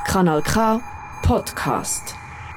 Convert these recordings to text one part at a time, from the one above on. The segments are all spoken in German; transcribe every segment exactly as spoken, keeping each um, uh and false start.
Kanal K Podcast.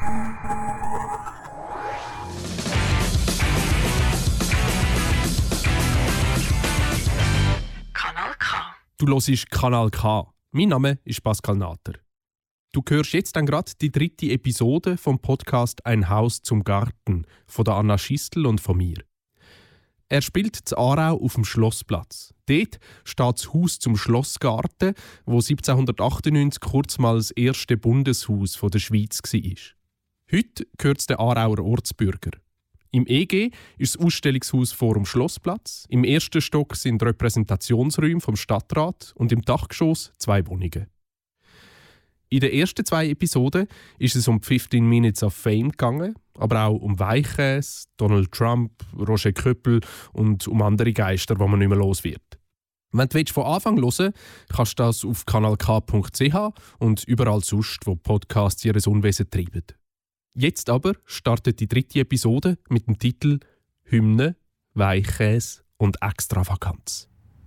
Kanal K. Du hörst Kanal K. Mein Name ist Pascal Natter. Du hörst jetzt dann gerade die dritte Episode vom Podcast «Ein Haus zum Garten» von der Anna Schistel und von mir. Er spielt in Aarau auf dem Schlossplatz. Dort steht das Haus zum Schlossgarten, wo siebzehnhundertachtundneunzig kurz mal das erste Bundeshaus der Schweiz war. Heute gehört es den Aarauer Ortsbürger. Im E G ist das Ausstellungshaus vor dem Schlossplatz. Im ersten Stock sind Repräsentationsräume vom Stadtrat und im Dachgeschoss zwei Wohnungen. In den ersten zwei Episoden ist es um fifteen Minutes of Fame gegangen, aber auch um Weichkäse, Donald Trump, Roger Köppel und um andere Geister, die man nicht mehr los wird. Wenn du von Anfang hören willst, kannst du das auf kanal k punkt c h und überall sonst, wo Podcasts ihr Unwesen treiben. Jetzt aber startet die dritte Episode mit dem Titel «Hymne, Weichkäse und Extravaganz».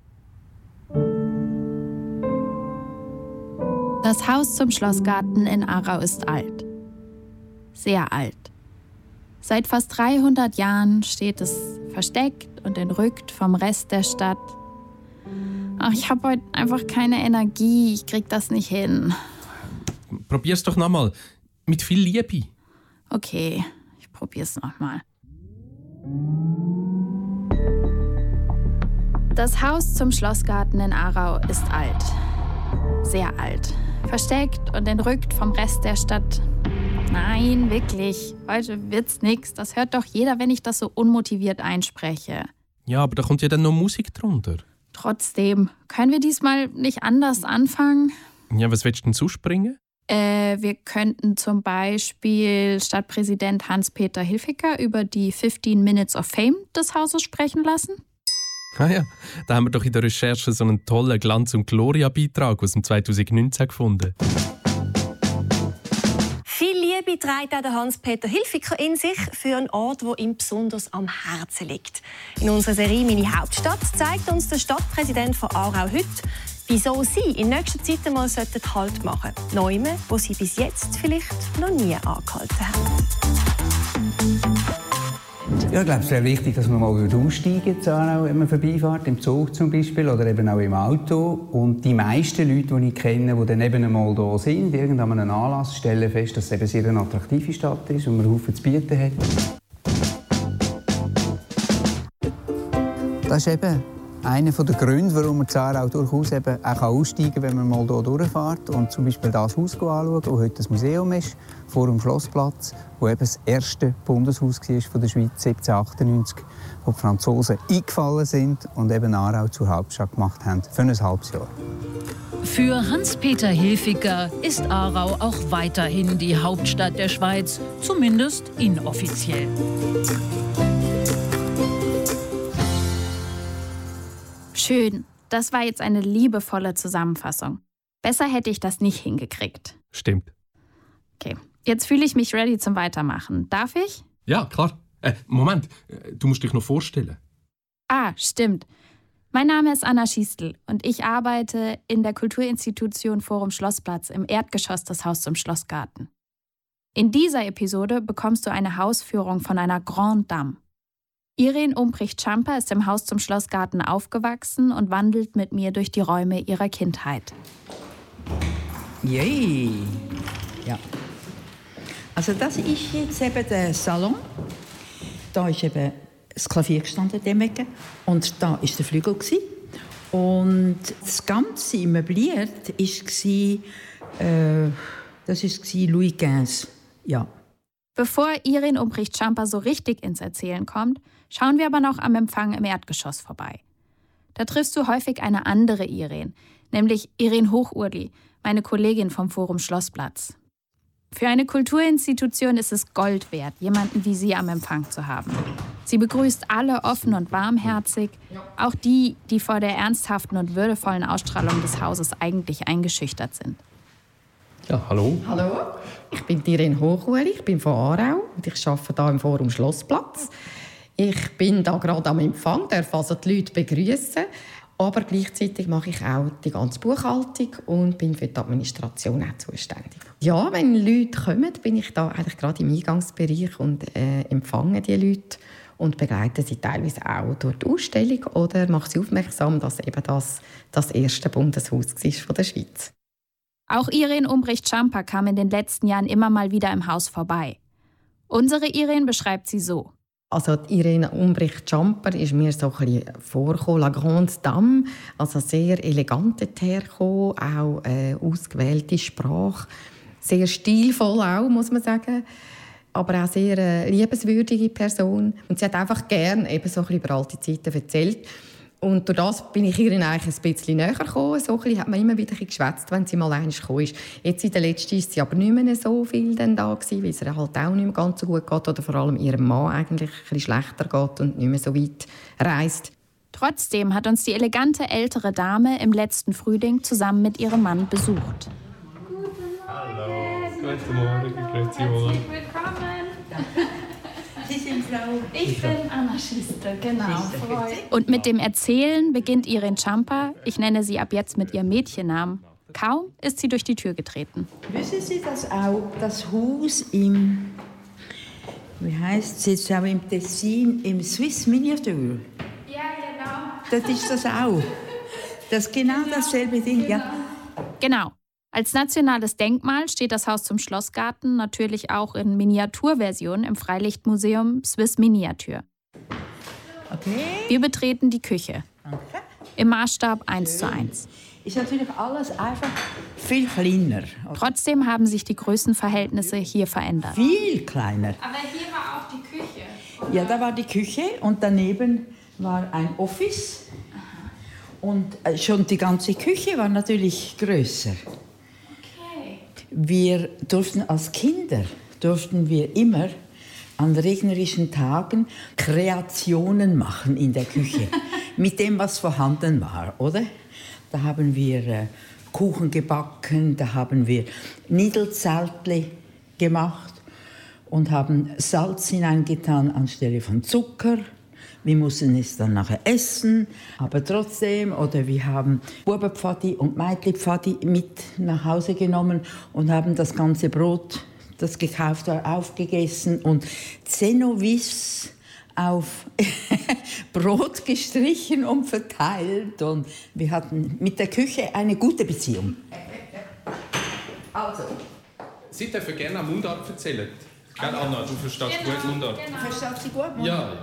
Das Haus zum Schlossgarten in Aarau ist alt. Sehr alt. Seit fast dreihundert Jahren steht es versteckt und entrückt vom Rest der Stadt. Ach, ich habe heute einfach keine Energie. Ich krieg das nicht hin. Probier's doch nochmal. Mit viel Liebe. Okay, ich probier's nochmal. Das Haus zum Schlossgarten in Aarau ist alt. Sehr alt. Versteckt und entrückt vom Rest der Stadt. Nein, wirklich. Heute wird's nix. Das hört doch jeder, wenn ich das so unmotiviert einspreche. Ja, aber da kommt ja dann noch Musik drunter. Trotzdem, können wir diesmal nicht anders anfangen? Ja, was willst du denn sonst bringen? Äh, wir könnten zum Beispiel Stadtpräsident Hans-Peter Hilfiger über die fifteen Minutes of Fame des Hauses sprechen lassen. Ah ja, da haben wir doch in der Recherche so einen tollen Glanz- und Gloria-Beitrag aus dem zweitausendneunzehn gefunden. Viel Liebe trägt auch der Hans-Peter Hilfiger in sich für einen Ort, der ihm besonders am Herzen liegt. In unserer Serie «Meine Hauptstadt» zeigt uns der Stadtpräsident von Aarau heute, wieso Sie in nächster Zeit einmal Halt machen sollten. Neume, wo Sie bis jetzt vielleicht noch nie angehalten haben. Ja, ich glaube, es wäre wichtig, dass man mal aussteigen würde, wenn man vorbeifährt, im Zug zum Beispiel oder eben auch im Auto. Und die meisten Leute, die ich kenne, die dann eben einmal hier sind, irgendwann an einem Anlass, stellen fest, dass es eben sehr eine attraktive Stadt ist und man Haufen zu bieten hat. Das ist eben einer der Gründe, warum man in Aarau durchaus eben auch aussteigen kann, wenn man mal hier durchfährt und zum Beispiel das Haus anschauen, das heute das Museum ist, vor dem Schlossplatz, wo eben das erste Bundeshaus war von der Schweiz siebzehnhundertachtundneunzig, wo die Franzosen eingefallen sind und eben Aarau zur Hauptstadt gemacht haben, für ein halbes Jahr. Für Hans-Peter Hilfiger ist Aarau auch weiterhin die Hauptstadt der Schweiz, zumindest inoffiziell. Schön, das war jetzt eine liebevolle Zusammenfassung. Besser hätte ich das nicht hingekriegt. Stimmt. Okay, jetzt fühle ich mich ready zum Weitermachen. Darf ich? Ja, klar. Äh, Moment, du musst dich noch vorstellen. Ah, stimmt. Mein Name ist Anna Schistel und ich arbeite in der Kulturinstitution Forum Schlossplatz im Erdgeschoss des Haus zum Schlossgarten. In dieser Episode bekommst du eine Hausführung von einer Grande Dame. Irene Umbricht-Schamper ist im Haus zum Schlossgarten aufgewachsen und wandelt mit mir durch die Räume ihrer Kindheit. Yay! Ja. Also das ist jetzt eben der Salon. Da ist eben das Klavier gestanden, dem Ecke. Und da war der Flügel. Und das Ganze möbliert war, äh, das war Louis fünfzehn. Ja. Bevor Irene Umbricht-Schamper so richtig ins Erzählen kommt, schauen wir aber noch am Empfang im Erdgeschoss vorbei. Da triffst du häufig eine andere Irene, nämlich Irene Hochurli, meine Kollegin vom Forum Schlossplatz. Für eine Kulturinstitution ist es Gold wert, jemanden wie sie am Empfang zu haben. Sie begrüßt alle offen und warmherzig, auch die, die vor der ernsthaften und würdevollen Ausstrahlung des Hauses eigentlich eingeschüchtert sind. Ja, hallo. Hallo, ich bin Irene Hochurli, ich bin von Aarau und ich arbeite hier im Forum Schlossplatz. Ich bin da gerade am Empfang, darf also die Leute begrüßen. Aber gleichzeitig mache ich auch die ganze Buchhaltung und bin für die Administration auch zuständig. Ja, wenn Leute kommen, bin ich da eigentlich gerade im Eingangsbereich und äh, empfange die Leute und begleite sie teilweise auch durch die Ausstellung oder mache sie aufmerksam, dass eben das das erste Bundeshaus von der Schweiz. Auch Irene Umbrecht-Schamper kam in den letzten Jahren immer mal wieder im Haus vorbei. Unsere Irene beschreibt sie so. Also Irene Umbrecht-Schamper ist mir so ein bisschen vorgekommen, la grande dame, also sehr elegante hergekommen, auch äh, ausgewählte Sprache, sehr stilvoll auch, muss man sagen, aber auch sehr äh, liebenswürdige Person. Und sie hat einfach gerne eben so ein bisschen über alte Zeiten erzählt. Und durch das bin ich ihr eigentlich ein bisschen näher gekommen. So ein bisschen hat man immer wieder geschwätzt, wenn sie mal einmal gekommen ist. Jetzt in der letzten ist sie aber nicht mehr so viel dann da gewesen, weil es ihr halt auch nicht mehr ganz so gut geht oder vor allem ihrem Mann eigentlich ein bisschen schlechter geht und nicht mehr so weit reist. Trotzdem hat uns die elegante ältere Dame im letzten Frühling zusammen mit ihrem Mann besucht. Hallo, guten Morgen, grüezi wohl. Herzlich willkommen. Sie sind Frau... Ich bin Anna Schister, genau. Und mit dem Erzählen beginnt Irene Schamper, ich nenne sie ab jetzt mit ihrem Mädchennamen. Kaum ist sie durch die Tür getreten. Wissen Sie, dass auch das Haus im... Wie heisst es jetzt auch im Tessin, im Swiss Miniature? Ja, genau. Das ist das auch. Das ist genau dasselbe Ding, ja. Genau. Als nationales Denkmal steht das Haus zum Schlossgarten natürlich auch in Miniaturversion im Freilichtmuseum Swiss Miniature. Okay. Wir betreten die Küche. Danke. Im Maßstab eins zu eins. Ist natürlich alles einfach viel kleiner. Trotzdem haben sich die Größenverhältnisse hier verändert. Viel kleiner. Aber hier war auch die Küche. Ja, da war die Küche und daneben war ein Office. Und schon die ganze Küche war natürlich größer. Wir durften als Kinder durften wir immer an regnerischen Tagen Kreationen machen in der Küche mit dem, was vorhanden war, oder? Da haben wir äh, Kuchen gebacken, da haben wir Niedelzärtli gemacht und haben Salz hineingetan anstelle von Zucker. Wir mussten es dann nachher essen, aber trotzdem. Oder wir haben Bubenpfadi und Meitli-Pfadi mit nach Hause genommen und haben das ganze Brot, das gekauft war, aufgegessen und Zenovis auf Brot gestrichen und verteilt. Und wir hatten mit der Küche eine gute Beziehung. Also. Sie dürfen gerne eine Mundart erzählen. Gell, Anna, du verstehst genau, gut Mundart. Genau. Verstehst du gut Mundart? Ja.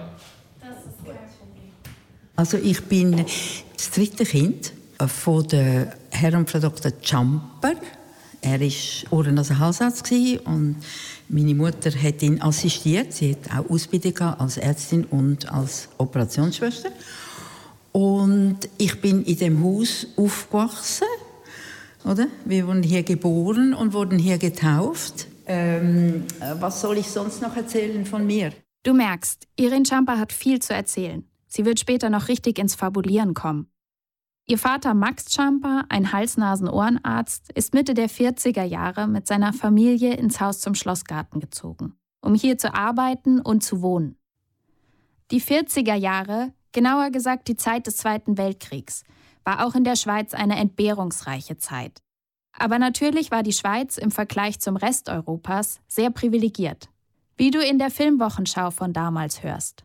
Also ich bin das dritte Kind von der Herr und Frau Doktor Schamper. Er war Ohren- und Halsarzt und meine Mutter hat ihn assistiert. Sie hat auch Ausbildung als Ärztin und als Operationsschwester. Und ich bin in dem Haus aufgewachsen, oder? Wir wurden hier geboren und wurden hier getauft. Ähm, was soll ich sonst noch erzählen von mir? Du merkst, Irene Schamper hat viel zu erzählen. Sie wird später noch richtig ins Fabulieren kommen. Ihr Vater Max Schamper, ein Hals-Nasen-Ohrenarzt, ist Mitte der vierziger Jahre mit seiner Familie ins Haus zum Schlossgarten gezogen, um hier zu arbeiten und zu wohnen. Die vierziger Jahre, genauer gesagt die Zeit des Zweiten Weltkriegs, war auch in der Schweiz eine entbehrungsreiche Zeit. Aber natürlich war die Schweiz im Vergleich zum Rest Europas sehr privilegiert. Wie du in der Filmwochenschau von damals hörst.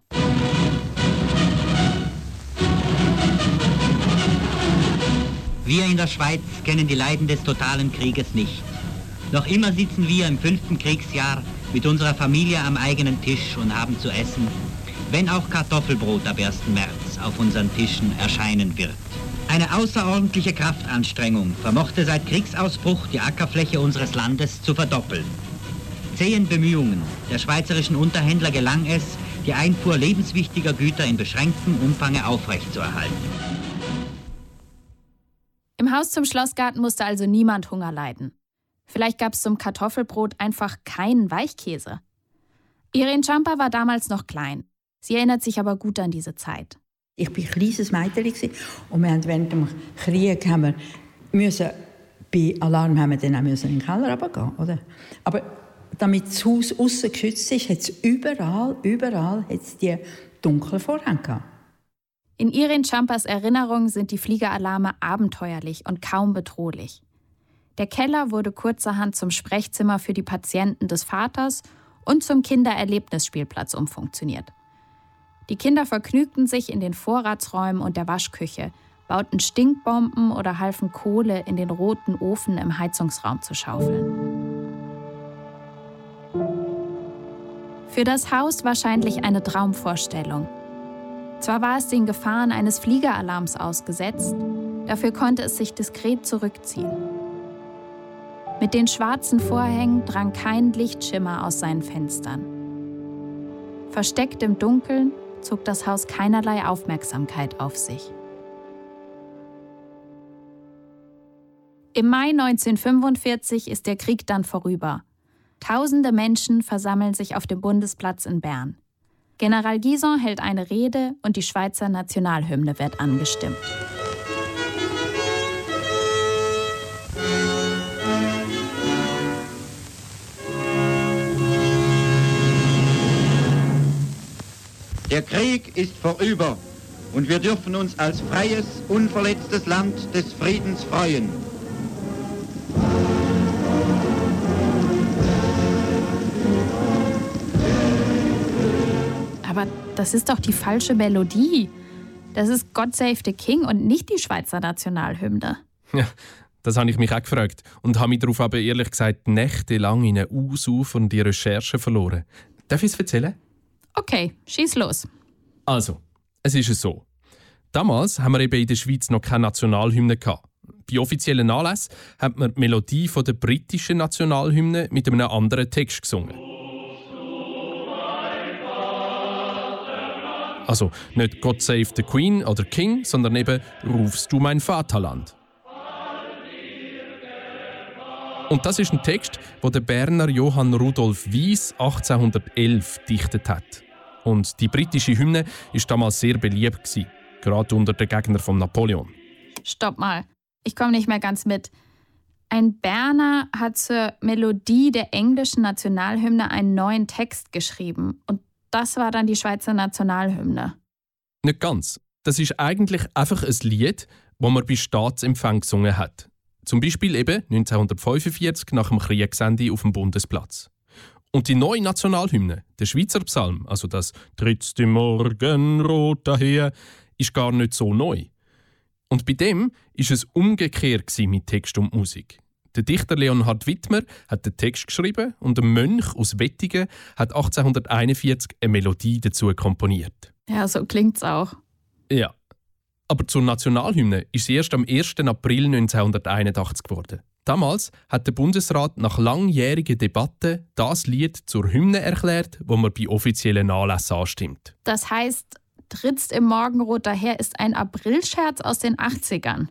Wir in der Schweiz kennen die Leiden des totalen Krieges nicht. Noch immer sitzen wir im fünften Kriegsjahr mit unserer Familie am eigenen Tisch und haben zu essen, wenn auch Kartoffelbrot ab ersten März auf unseren Tischen erscheinen wird. Eine außerordentliche Kraftanstrengung vermochte seit Kriegsausbruch die Ackerfläche unseres Landes zu verdoppeln. Zähen Bemühungen der schweizerischen Unterhändler gelang es, die Einfuhr lebenswichtiger Güter in beschränktem Umfange aufrechtzuerhalten. Im Haus zum Schlossgarten musste also niemand Hunger leiden. Vielleicht gab es zum Kartoffelbrot einfach keinen Weichkäse. Irene Schamper war damals noch klein. Sie erinnert sich aber gut an diese Zeit. Ich war ein kleines Mädchen und wir haben während dem Krieg haben wir müssen, bei Alarm haben wir dann auch müssen in den Keller runtergehen, oder? Aber damit das Haus aussen geschützt ist, hat es überall, überall hat's die dunklen Vorhänge gehabt. In Irene Champers Erinnerung sind die Fliegeralarme abenteuerlich und kaum bedrohlich. Der Keller wurde kurzerhand zum Sprechzimmer für die Patienten des Vaters und zum Kindererlebnisspielplatz umfunktioniert. Die Kinder vergnügten sich in den Vorratsräumen und der Waschküche, bauten Stinkbomben oder halfen Kohle in den roten Ofen im Heizungsraum zu schaufeln. Für das Haus wahrscheinlich eine Traumvorstellung. Zwar war es den Gefahren eines Fliegeralarms ausgesetzt, dafür konnte es sich diskret zurückziehen. Mit den schwarzen Vorhängen drang kein Lichtschimmer aus seinen Fenstern. Versteckt im Dunkeln zog das Haus keinerlei Aufmerksamkeit auf sich. Im Mai neunzehnhundertfünfundvierzig ist der Krieg dann vorüber. Tausende Menschen versammeln sich auf dem Bundesplatz in Bern. General Guison hält eine Rede und die Schweizer Nationalhymne wird angestimmt. Der Krieg ist vorüber und wir dürfen uns als freies, unverletztes Land des Friedens freuen. Aber das ist doch die falsche Melodie. Das ist God Save the King und nicht die Schweizer Nationalhymne. Ja, das habe ich mich auch gefragt und habe mich darauf aber ehrlich gesagt nächtelang in eine ausufernde Recherche verloren. Darf ich es erzählen? Okay, schieß los. Also, es ist so. Damals haben wir eben in der Schweiz noch keine Nationalhymne gehabt. Bei offiziellen Anlässen hat man die Melodie von der britischen Nationalhymne mit einem anderen Text gesungen. Also nicht God Save the Queen oder King, sondern eben Rufst du mein Vaterland. Und das ist ein Text, den der Berner Johann Rudolf Wyss achtzehnhundertelf dichtet hat. Und die britische Hymne war damals sehr beliebt gewesen, gerade unter den Gegnern von Napoleon. Stopp mal, ich komme nicht mehr ganz mit. Ein Berner hat zur Melodie der englischen Nationalhymne einen neuen Text geschrieben. Und das war dann die Schweizer Nationalhymne. Nicht ganz. Das ist eigentlich einfach ein Lied, das man bei Staatsempfang gesungen hat. Zum Beispiel eben neunzehnhundertfünfundvierzig nach dem Kriegsende auf dem Bundesplatz. Und die neue Nationalhymne, der Schweizer Psalm, also das «Trittst im Morgenrot daher», ist gar nicht so neu. Und bei dem ist es umgekehrt mit Text und Musik. Der Dichter Leonhard Wittmer hat den Text geschrieben und ein Mönch aus Wettingen hat achtzehnhunderteinundvierzig eine Melodie dazu komponiert. Ja, so klingt's auch. Ja. Aber zur Nationalhymne ist sie erst am ersten April neunzehnhunderteinundachtzig geworden. Damals hat der Bundesrat nach langjähriger Debatte das Lied zur Hymne erklärt, das man bei offiziellen Anlässen anstimmt. Das heißt, Trittst im Morgenrot daher ist ein Aprilscherz aus den achtzigern.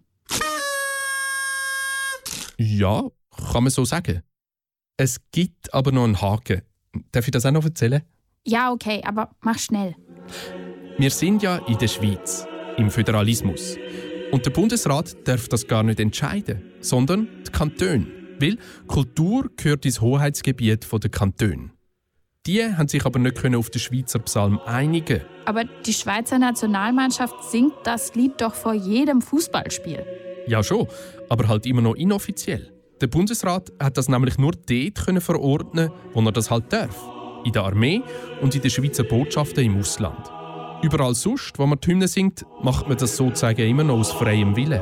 Ja, kann man so sagen. Es gibt aber noch einen Haken. Darf ich das auch noch erzählen? Ja, okay, aber mach schnell. Wir sind ja in der Schweiz, im Föderalismus. Und der Bundesrat darf das gar nicht entscheiden, sondern die Kantone. Weil Kultur gehört ins Hoheitsgebiet der Kantone. Die haben sich aber nicht auf den Schweizer Psalm einigen. Aber die Schweizer Nationalmannschaft singt das Lied doch vor jedem Fußballspiel. Ja schon, aber halt immer noch inoffiziell. Der Bundesrat hat das nämlich nur dort verordnen, wo er das halt darf. In der Armee und in den Schweizer Botschaften im Ausland. Überall sonst, wo man die Hymne singt, macht man das sozusagen immer noch aus freiem Willen.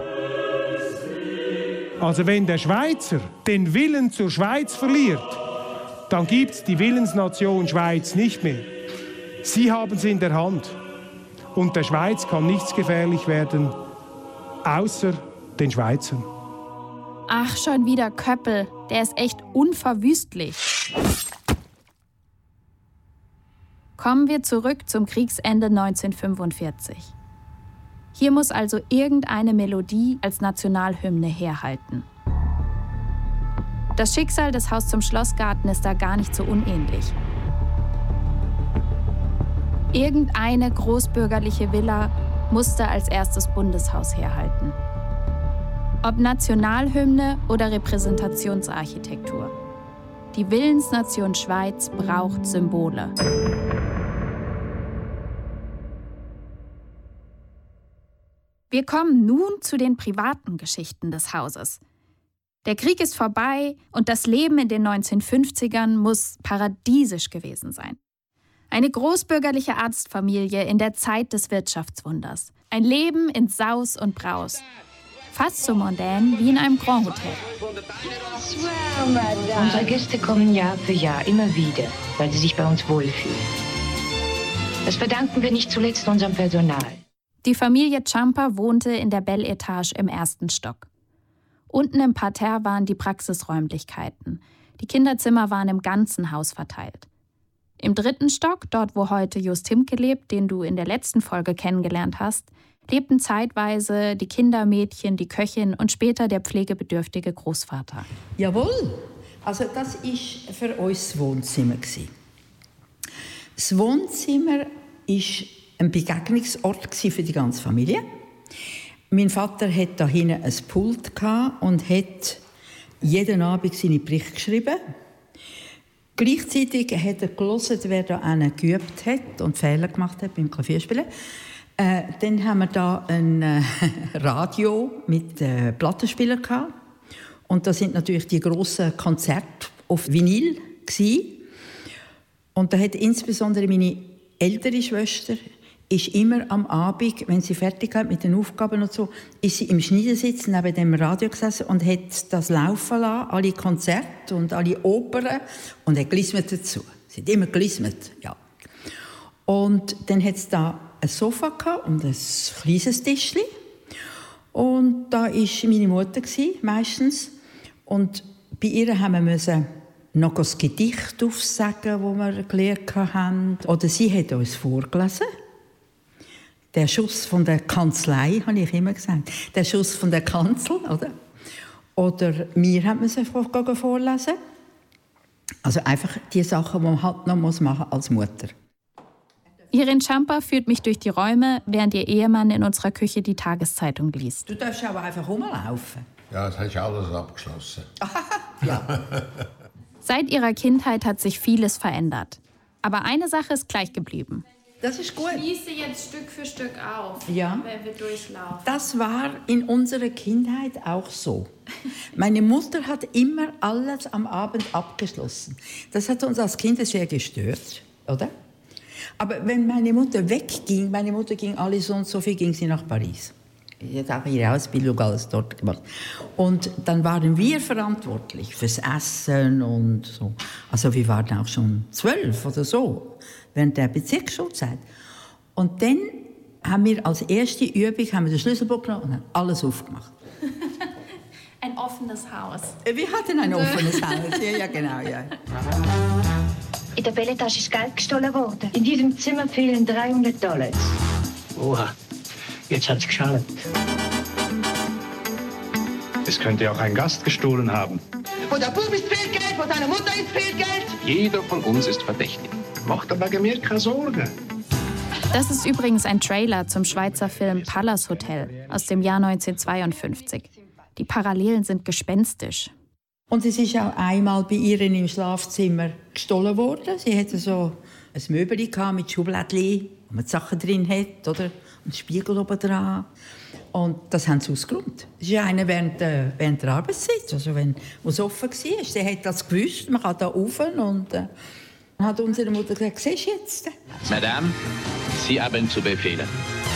Also wenn der Schweizer den Willen zur Schweiz verliert, dann gibt es die Willensnation Schweiz nicht mehr. Sie haben es in der Hand. Und der Schweiz kann nichts gefährlich werden, außer den Schweizern. Ach, schon wieder Köppel. Der ist echt unverwüstlich. Kommen wir zurück zum Kriegsende neunzehnhundertfünfundvierzig. Hier muss also irgendeine Melodie als Nationalhymne herhalten. Das Schicksal des Haus zum Schlossgarten ist da gar nicht so unähnlich. Irgendeine großbürgerliche Villa musste als erstes Bundeshaus herhalten. Ob Nationalhymne oder Repräsentationsarchitektur. Die Willensnation Schweiz braucht Symbole. Wir kommen nun zu den privaten Geschichten des Hauses. Der Krieg ist vorbei und das Leben in den neunzehnhundertfünfzigern muss paradiesisch gewesen sein. Eine großbürgerliche Arztfamilie in der Zeit des Wirtschaftswunders. Ein Leben in Saus und Braus. Fast so mondän wie in einem Grand Hotel. Unsere Gäste kommen Jahr für Jahr immer wieder, weil sie sich bei uns wohlfühlen. Das verdanken wir nicht zuletzt unserem Personal. Die Familie Ciampa wohnte in der Belle Etage im ersten Stock. Unten im Parterre waren die Praxisräumlichkeiten. Die Kinderzimmer waren im ganzen Haus verteilt. Im dritten Stock, dort wo heute Just Himke lebt, den du in der letzten Folge kennengelernt hast, lebten zeitweise die Kindermädchen, die Köchin und später der pflegebedürftige Großvater. Jawohl, also das war für uns das Wohnzimmer. Das Wohnzimmer war ein Begegnungsort für die ganze Familie. Mein Vater hatte da hinten ein Pult und hat jeden Abend seine Berichte geschrieben. Gleichzeitig hat er gehört, wer da einen geübt hat und Fehler gemacht hat beim Klavierspielen. Äh, dann haben wir da ein äh, Radio mit äh, Plattenspieler gehabt. Und da sind natürlich die grossen Konzerte auf Vinyl gewesen. Und da hat insbesondere meine ältere Schwester ist immer am Abend, wenn sie fertig hat mit den Aufgaben und so, ist sie im Schneidersitz neben dem Radio gesessen und hat das laufen lassen, alle Konzerte und alle Opern, und hat gelismet dazu. Sie hat immer gelismet, ja. Und dann hat es da ein Sofa gehabt und ein kleines Tischchen. Und da war meine Mutter meistens. Und bei ihr haben wir müssen noch ein Gedicht aufsagen, das wir gelernt haben. Oder sie hat uns vorgelesen. Der Schuss von der Kanzlei, habe ich immer gesagt. Der Schuss von der Kanzel, oder? Oder wir haben müssen vorlesen. Also einfach die Sachen, die man halt noch machen muss als Mutter. Irene Ciampa führt mich durch die Räume, während ihr Ehemann in unserer Küche die Tageszeitung liest. Du darfst aber einfach rumlaufen. Ja, das hast du alles abgeschlossen. Ja. Seit ihrer Kindheit hat sich vieles verändert. Aber eine Sache ist gleich geblieben. Das ist gut. Schließe jetzt Stück für Stück auf, ja. wenn wir durchlaufen. Das war in unserer Kindheit auch so. Meine Mutter hat immer alles am Abend abgeschlossen. Das hat uns als Kinder sehr gestört, oder? Aber wenn meine Mutter wegging, meine Mutter ging alle so und so viel, ging sie nach Paris. Sie hat auch ihre Ausbildung alles dort gemacht. Und dann waren wir verantwortlich fürs Essen und so. Also wir waren auch schon zwölf oder so, während der Bezirksschulzeit. Und dann haben wir als erste Übung haben wir den Schlüsselbund genommen und haben alles aufgemacht. Ein offenes Haus. Wir hatten ein offenes Haus, ja, ja genau, ja. In der Belletage ist Geld gestohlen worden. In diesem Zimmer fehlen dreihundert Dollar. Oha, jetzt hat's geschallt. Es könnte auch ein Gast gestohlen haben. Von der Bub ist viel Geld, von seiner Mutter ist viel Geld. Jeder von uns ist verdächtig. Macht aber mir keine Sorge. Das ist übrigens ein Trailer zum Schweizer Film Palace Hotel aus dem Jahr neunzehnhundertzweiundfünfzig. Die Parallelen sind gespenstisch. Und es ist auch einmal bei ihr im Schlafzimmer gestohlen worden. Sie hatte so ein Möbel mit Schublädchen, wo man die Sachen drin hat, oder? Und einen Spiegel oben dran. Und das haben sie ausgeräumt. Das ist einer während der, während der Arbeitszeit, also wenn es offen war. Sie hat das gewusst, man kann da rauf. Und äh, dann hat unsere Mutter gesagt, siehst du jetzt? Madame, Sie haben zu befehlen.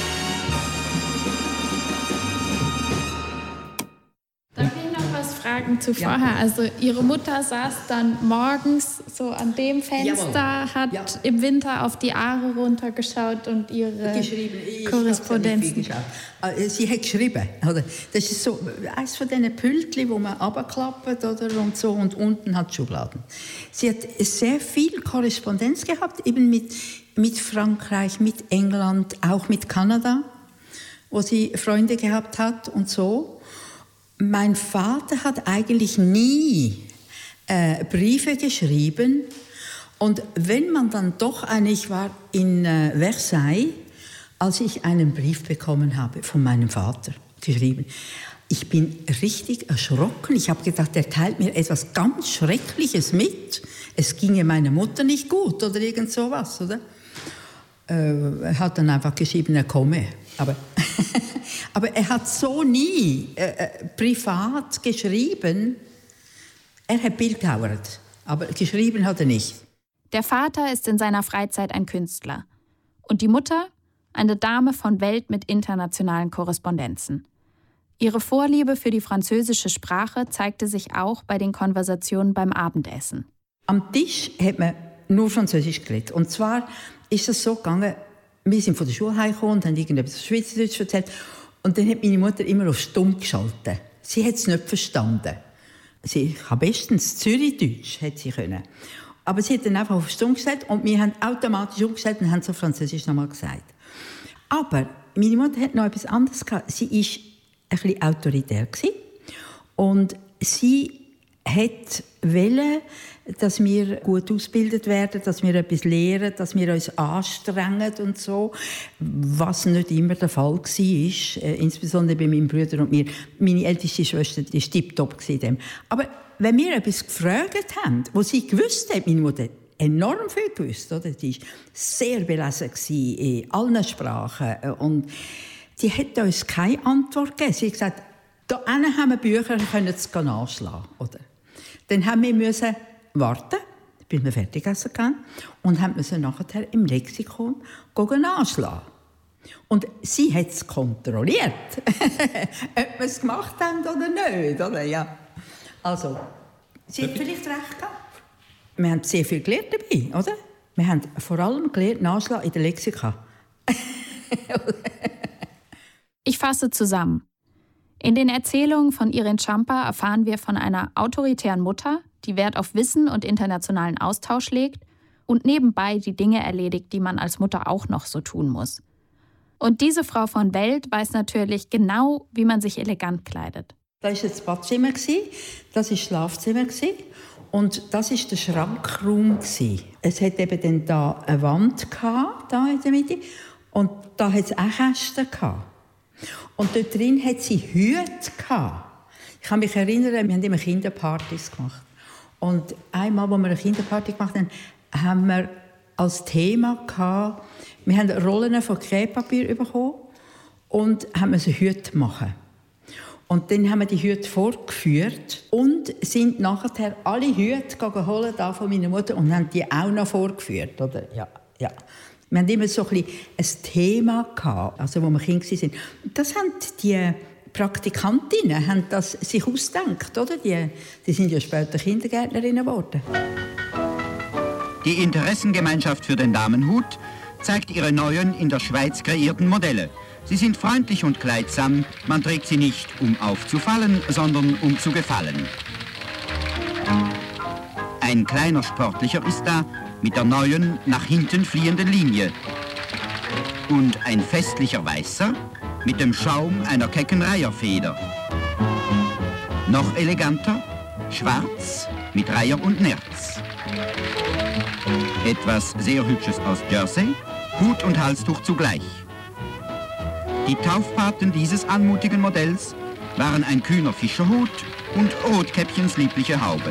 Darf ich noch was fragen zu vorher? Ja. Also Ihre Mutter saß dann morgens so an dem Fenster, Jawohl. hat ja. im Winter auf die Aare runtergeschaut und ihre Korrespondenzen. Sie hat geschrieben. Oder? Das ist so eines von diesen Pültchen, wo man runterklappt oder und so, und unten hat Schubladen. Sie hat sehr viel Korrespondenz gehabt, eben mit, mit Frankreich, mit England, auch mit Kanada, wo sie Freunde gehabt hat und so. Mein Vater hat eigentlich nie äh, Briefe geschrieben. Und wenn man dann doch, ich war in äh, Versailles, als ich einen Brief bekommen habe von meinem Vater, geschrieben. Ich bin richtig erschrocken. Ich habe gedacht, er teilt mir etwas ganz Schreckliches mit. Es ginge meiner Mutter nicht gut oder irgend sowas, oder? Äh, er hat dann einfach geschrieben, er komme. Aber Aber er hat so nie äh, äh, privat geschrieben. Er hat bildhauert, aber geschrieben hat er nicht. Der Vater ist in seiner Freizeit ein Künstler. Und die Mutter? Eine Dame von Welt mit internationalen Korrespondenzen. Ihre Vorliebe für die französische Sprache zeigte sich auch bei den Konversationen beim Abendessen. Am Tisch hat man nur Französisch geredet. Und zwar ist es so gegangen, wir sind von der Schule heimgekommen und haben irgendetwas Schweizerdeutsch erzählt. Und dann hat meine Mutter immer auf stumm geschaltet. Sie hat es nicht verstanden. Sie kann bestens Zürichdeutsch, hätte sie können. Aber sie hat dann einfach auf stumm gestellt und wir haben automatisch umgestellt und haben so Französisch nochmal gesagt. Aber meine Mutter hat noch etwas anderes gehabt. Sie war ein bisschen autoritär gewesen. Und sie hat wollen, dass wir gut ausgebildet werden, dass wir etwas lernen, dass wir uns anstrengen und so, was nicht immer der Fall war, äh, insbesondere bei meinem Bruder und mir. Meine älteste Schwester war tipptopp. Aber wenn wir etwas gefragt haben, was sie gewusst hat, meine Mutter enorm viel gewusst, oder? Die war sehr belesen in allen Sprachen und die hat uns keine Antwort gegeben. Sie hat gesagt, da haben wir Bücher, können es nachschlagen, oder? Dann haben wir müssen warten, bis wir fertig essen können, und haben müssen nachher im Lexikon nachschlagen. Und sie hat es kontrolliert, ob wir es gemacht haben oder nicht, oder? Ja. Also, sie hat vielleicht recht gehabt. Wir haben sehr viel gelernt dabei, oder? Wir haben vor allem gelernt, nachschlagen in der Lexika. Ich fasse zusammen. In den Erzählungen von Irene Tschampa erfahren wir von einer autoritären Mutter, die Wert auf Wissen und internationalen Austausch legt und nebenbei die Dinge erledigt, die man als Mutter auch noch so tun muss. Und diese Frau von Welt weiß natürlich genau, wie man sich elegant kleidet. Das war das Badzimmer, das war das Schlafzimmer und das war der Schrankraum. Es hatte eben dann da eine Wand gehabt, da in der Mitte, und da hatte es auch Kästen gehabt. Und dort drin hatte sie Hüte gehabt. Ich kann mich erinnern, wir haben immer Kinderpartys gemacht. Und einmal, als wir eine Kinderparty gemacht haben, haben wir als Thema gehabt, wir haben Rollen von Krepapier bekommen und haben eine Hüte machen. Und dann haben wir die Hüte vorgeführt und sind nachher alle Hüte geholt da von meiner Mutter und haben die auch noch vorgeführt, oder? Ja, ja. Wir hatten immer so ein, ein Thema gehabt, also wo wir Kinder waren. Das haben die Praktikantinnen haben das sich ausgedacht, oder? Die, die sind ja später Kindergärtnerinnen geworden. Die Interessengemeinschaft für den Damenhut zeigt ihre neuen in der Schweiz kreierten Modelle. Sie sind freundlich und kleidsam. Man trägt sie nicht, um aufzufallen, sondern um zu gefallen. Ein kleiner Sportlicher ist da, mit der neuen, nach hinten fliehenden Linie. Und ein festlicher Weißer mit dem Schaum einer kecken Reiherfeder. Noch eleganter, schwarz mit Reiher und Nerz. Etwas sehr Hübsches aus Jersey, Hut und Halstuch zugleich. Die Taufpaten dieses anmutigen Modells waren ein kühner Fischerhut und Rotkäppchens liebliche Haube.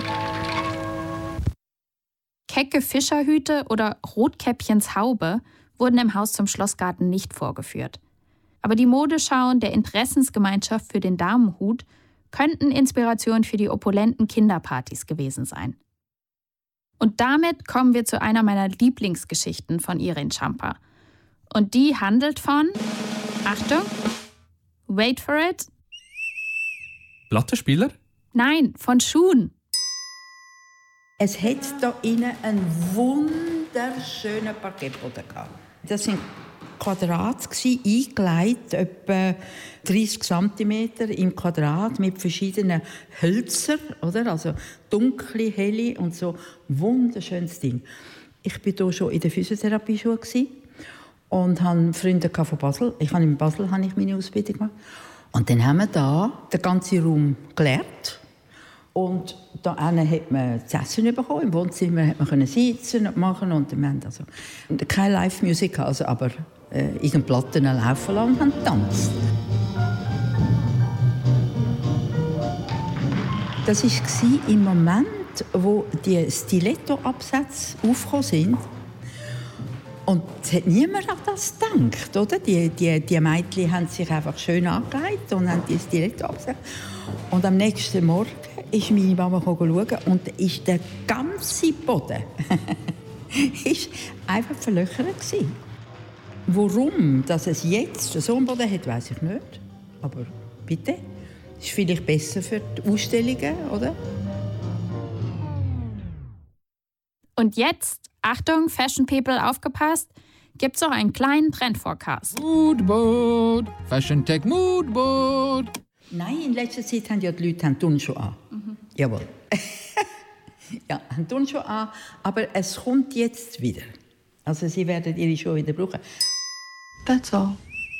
Kecke Fischerhüte oder Rotkäppchens Haube wurden im Haus zum Schlossgarten nicht vorgeführt. Aber die Modeschauen der Interessensgemeinschaft für den Damenhut könnten Inspiration für die opulenten Kinderpartys gewesen sein. Und damit kommen wir zu einer meiner Lieblingsgeschichten von Irene Tschampa. Und die handelt von, Achtung, wait for it. Plattenspieler? Nein, von Schuhen. Es hat da innen einen wunderschönen Parkettboden gehabt. Das waren Quadrate, eingelegt, etwa dreißig Zentimeter im Quadrat mit verschiedenen Hölzern, oder? Also dunkle, helle und so. Wunderschönes Ding. Ich war hier schon in der Physiotherapie-Schule und hatte Freunde von Basel. Ich habe in Basel habe ich meine Ausbildung gemacht. Und dann haben wir da den ganzen Raum gelernt. Und da hat man das Essen bekommen. Im Wohnzimmer hat man sitzen und machen. Und wir haben also keine Live-Musik, also, aber äh, irgendeine Platten laufen lassen und haben getanzt. Das war im Moment, wo die Stiletto-Absätze aufgekommen sind. Und es hat niemand an das gedacht, oder? Die, die, die Mädchen haben sich einfach schön angelegt und haben das direkt abgesagt. Und am nächsten Morgen ist meine Mama schauen und ist der ganze Boden ist einfach verlöchert gewesen. Warum dass es jetzt so einen Boden hat, weiß ich nicht. Aber bitte, das ist vielleicht besser für die Ausstellungen, oder? Und jetzt, Achtung, Fashion People, aufgepasst, gibt's auch einen kleinen Trendforecast. Moodboard, Fashion Tech Moodboard. Nein, in letzter Zeit haben ja die Leute haben Turnschuhe an. Mhm. Jawohl. Ja, haben Turnschuhe an, aber es kommt jetzt wieder. Also sie werden ihre Schuhe wieder brauchen. That's all.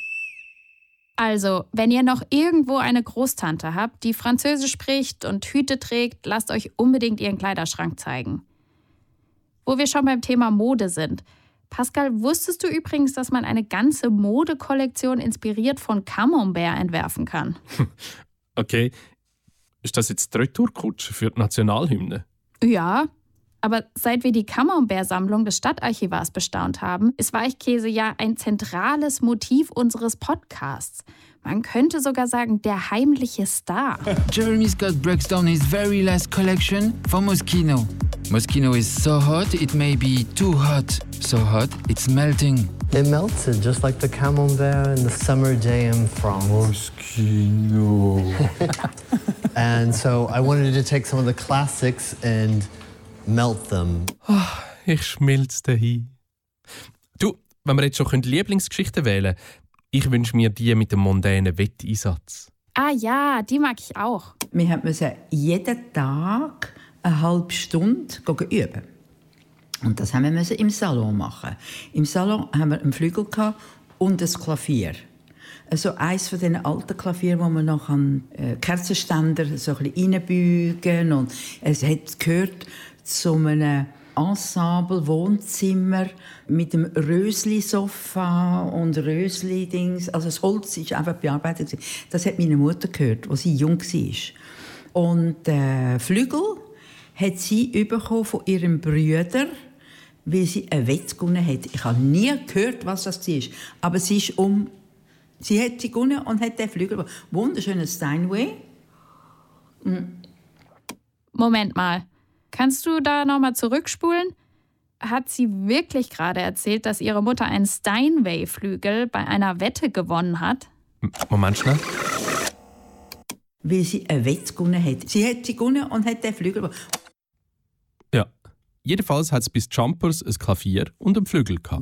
Also, wenn ihr noch irgendwo eine Großtante habt, die Französisch spricht und Hüte trägt, lasst euch unbedingt ihren Kleiderschrank zeigen. Wo wir schon beim Thema Mode sind. Pascal, wusstest du übrigens, dass man eine ganze Modekollektion inspiriert von Camembert entwerfen kann? Okay, ist das jetzt die Retourkutsche für die Nationalhymne? Ja, aber seit wir die Camembert-Sammlung des Stadtarchivars bestaunt haben, ist Weichkäse ja ein zentrales Motiv unseres Podcasts. Man könnte sogar sagen, der heimliche Star. Jeremy Scott breaks down his very last collection for Moschino. Moschino is so hot, it may be too hot. So hot, it's melting. It melted just like the camembert in the summer day in France. Moschino. And so I wanted to take some of the classics and melt them. Oh, ich schmilze dahin. Du, wenn wir jetzt schon Lieblingsgeschichten wählen können, ich wünsche mir die mit dem mondänen Wetteinsatz. Ah ja, die mag ich auch. Wir mussten jeden Tag eine halbe Stunde üben. Und das haben wir im Salon machen. Im Salon haben wir einen Flügel und ein Klavier. Also eines von diesen alten Klavieren, wo man noch an äh, Kerzenständer so ein bisschen reinbeugen. Und es hat gehört zu einem Ensemble, Wohnzimmer mit dem Rösli-Sofa und Rösli-Dings. Also das Holz war einfach bearbeitet. Das hat meine Mutter gehört, als sie jung war. Und der äh, Flügel hat sie bekommen von ihrem Bruder, weil sie eine Wette gewonnen hat. Ich habe nie gehört, was das war. Aber sie ist um... Sie hat sie gewonnen und hat den Flügel... Wunderschönes Steinway. Mhm. Moment mal. Kannst du da noch mal zurückspulen? Hat sie wirklich gerade erzählt, dass ihre Mutter einen Steinway-Flügel bei einer Wette gewonnen hat? Moment schnell. Weil sie eine Wette gewonnen hat. Sie hat sie gewonnen und hat den Flügel... Ja. Jedenfalls hat es bis Jumpers ein Klavier und einen Flügel gehabt.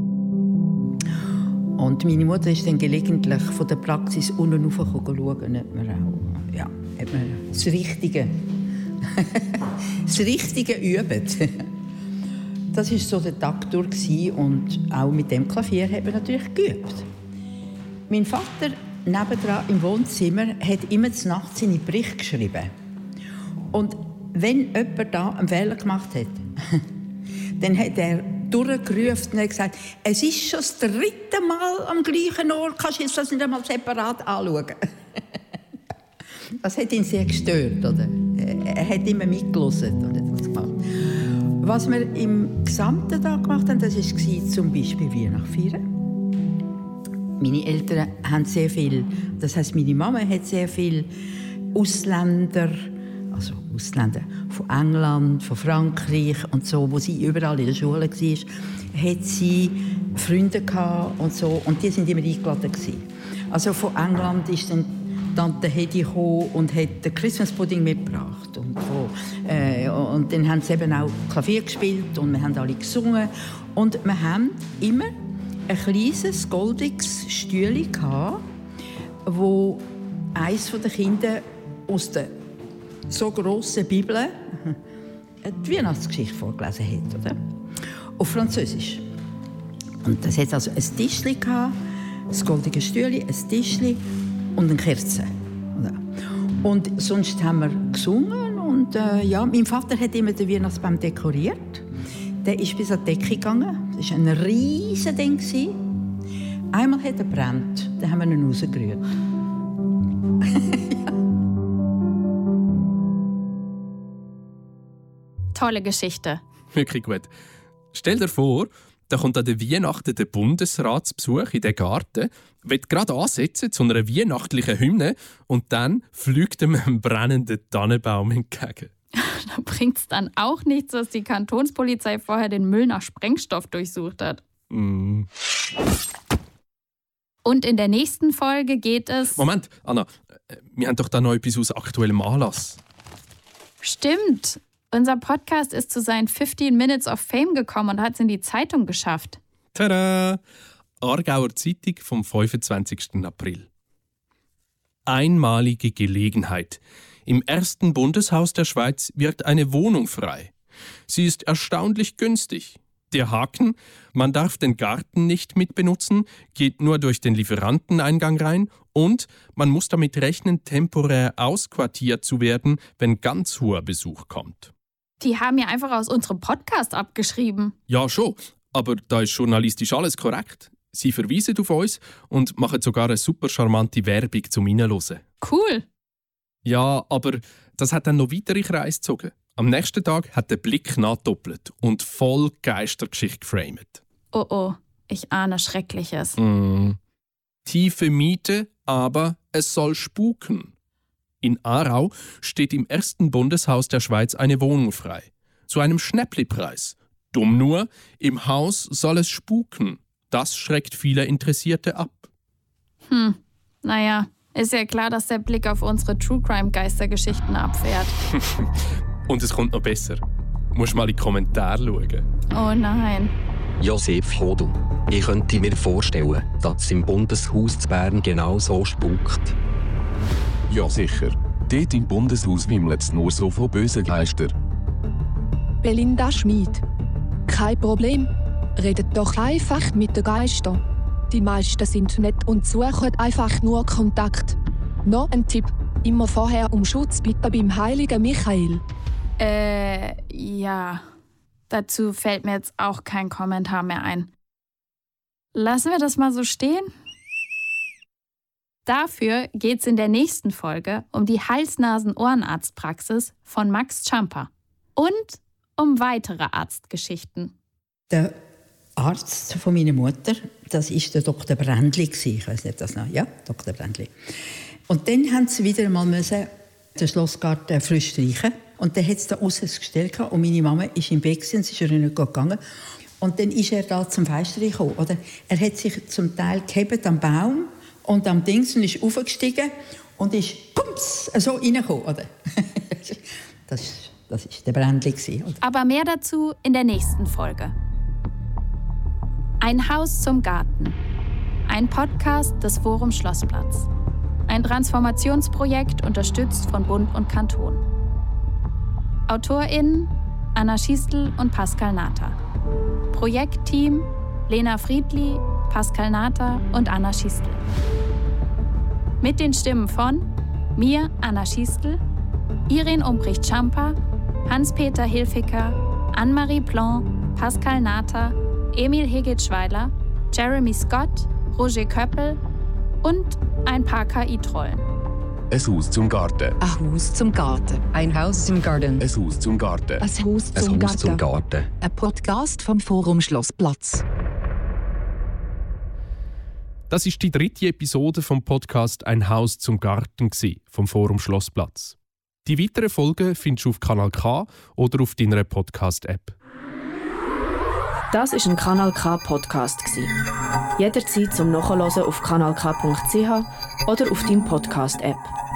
Und meine Mutter ist dann gelegentlich von der Praxis unten rauf schauen, ob man auch ja, ob man das Richtige, das Richtige üben. Das war so der Tag durch und auch mit dem Klavier hat man natürlich geübt. Mein Vater nebendran im Wohnzimmer hat immer zur Nacht seine Berichte geschrieben. Und wenn jemand da einen Fehler gemacht hat, dann hat er durchgerufen und hat gesagt, es ist schon das dritte Mal am gleichen Ort, kannst du jetzt das nicht einmal separat anschauen? Das hat ihn sehr gestört, oder? Er hat immer mitgehört und hat das gemacht. Was wir im gesamten Tag gemacht haben, das war zum Beispiel Weihnachtsfeiern. Meine Eltern haben sehr viel, das heisst, meine Mama hat sehr viel Ausländer, also Ausländer von England, von Frankreich und so, wo sie überall in der Schule war, hat sie Freunde gehabt und so, und die sind immer eingeladen gewesen. Also von England ist dann Tante Hedi gekommen und hat den Christmas Pudding mitgebracht und, von, äh, und dann haben sie eben auch Klavier gespielt und wir haben alle gesungen und wir haben immer ein kleines goldiges Stühle gehabt, wo eines der Kinder aus der so grossen Bibel die Weihnachtsgeschichte vorgelesen hat, oder? Auf Französisch. Und das hat also ein Tischchen gehabt, ein goldiges Stühle, ein Tischchen und eine Kerze. Oder? Und sonst haben wir gesungen und äh, ja, mein Vater hat immer den Weihnachtsbaum dekoriert. Der ist bis an die Decke gegangen. Das war ein riesiges Ding. Einmal hat er gebrannt, dann haben wir ihn rausgerührt. Tolle Geschichte. Wirklich gut. Stell dir vor, Da kommt an der Weihnachten der Bundesratsbesuch in den Garten, wird gerade ansetzen zu einer weihnachtlichen Hymne und dann fliegt ihm ein brennender Tannenbaum entgegen. Da bringt es dann auch nichts, dass die Kantonspolizei vorher den Müll nach Sprengstoff durchsucht hat. Mm. Und in der nächsten Folge geht es... Moment, Anna, wir haben doch da noch etwas aus aktuellem Anlass. Stimmt. Unser Podcast ist zu seinen fifteen Minutes of Fame gekommen und hat es in die Zeitung geschafft. Tada! Aargauer Zeitung vom fünfundzwanzigsten April. Einmalige Gelegenheit. Im ersten Bundeshaus der Schweiz wird eine Wohnung frei. Sie ist erstaunlich günstig. Der Haken, man darf den Garten nicht mitbenutzen, geht nur durch den Lieferanteneingang rein und man muss damit rechnen, temporär ausquartiert zu werden, wenn ganz hoher Besuch kommt. Die haben ja einfach aus unserem Podcast abgeschrieben. Ja, schon. Aber da ist journalistisch alles korrekt. Sie verweisen auf uns und machen sogar eine super charmante Werbung zum Reinhören. Cool. Ja, aber das hat dann noch weitere Kreise gezogen. Am nächsten Tag hat der Blick nachdoppelt und voll Geistergeschichte geframed. Oh oh, ich ahne Schreckliches. Mm. Tiefe Miete, aber es soll spuken. In Aarau steht im ersten Bundeshaus der Schweiz eine Wohnung frei. Zu einem Schnäpplipreis. Dumm nur, im Haus soll es spuken. Das schreckt viele Interessierte ab. Hm, naja, ist ja klar, dass der Blick auf unsere True-Crime-Geistergeschichten abfährt. Und es kommt noch besser. Du musst mal in die Kommentare schauen. Oh nein. Josef Hodl. Ich könnte mir vorstellen, dass es im Bundeshaus zu Bern genau so spukt. Ja sicher. Dort im Bundeshaus wimmelt es nur so von bösen Geistern. Belinda Schmid. Kein Problem. Redet doch einfach mit den Geistern. Die meisten sind nett und suchen einfach nur Kontakt. Noch ein Tipp. Immer vorher um Schutz bitten beim heiligen Michael. Äh, ja. Dazu fällt mir jetzt auch kein Kommentar mehr ein. Lassen wir das mal so stehen? Dafür geht es in der nächsten Folge um die Hals-Nasen-Ohrenarztpraxis von Max Champer und um weitere Arztgeschichten. Der Arzt von meiner Mutter, das war der Doktor Brändli. Ich weiß nicht, das noch. Ja, Doktor Brändli. Und dann haben sie wieder einmal müssen den Schlossgarten frisch streichen. Und dann hat es da ausgestellt und meine Mama ist im Bett und sie ist nicht gegangen. Und dann ist er da zum Fenster gekommen. Oder? Er hat sich zum Teil gehebt am Baum und am Dings und ist aufgestiegen und ist pumps, so reingekommen. Oder? das war der Brändli. Aber mehr dazu in der nächsten Folge. Ein Haus zum Garten. Ein Podcast des Forum Schlossplatz. Ein Transformationsprojekt unterstützt von Bund und Kanton. AutorInnen Anna Schiestl und Pascal Natter. Projektteam Lena Friedli, Pascal Natter und Anna Schiestl. Mit den Stimmen von mir, Anna Schiestl, Irene Umbricht-Schamper, Hans-Peter Hilfiger, Anne-Marie Plan, Pascal Natter, Emil Hegitschweiler, Jeremy Scott, Roger Köppel und ein paar K I-Trollen. Ein Haus zum Garten. Ein Haus zum Garten. Ein Haus zum Garten. Ein Haus zum Garten. Ein Haus zum, Ein Haus Garten. zum Garten. Ein Podcast vom Forum Schlossplatz. Das ist die dritte Episode vom Podcast «Ein Haus zum Garten» vom Forum Schlossplatz. Die weiteren Folgen findest du auf Kanal K oder auf deiner Podcast-App. Das ist ein Kanal K Podcast. Jederzeit zum Nachhören auf kanal k punkt c h oder auf deinem Podcast-App.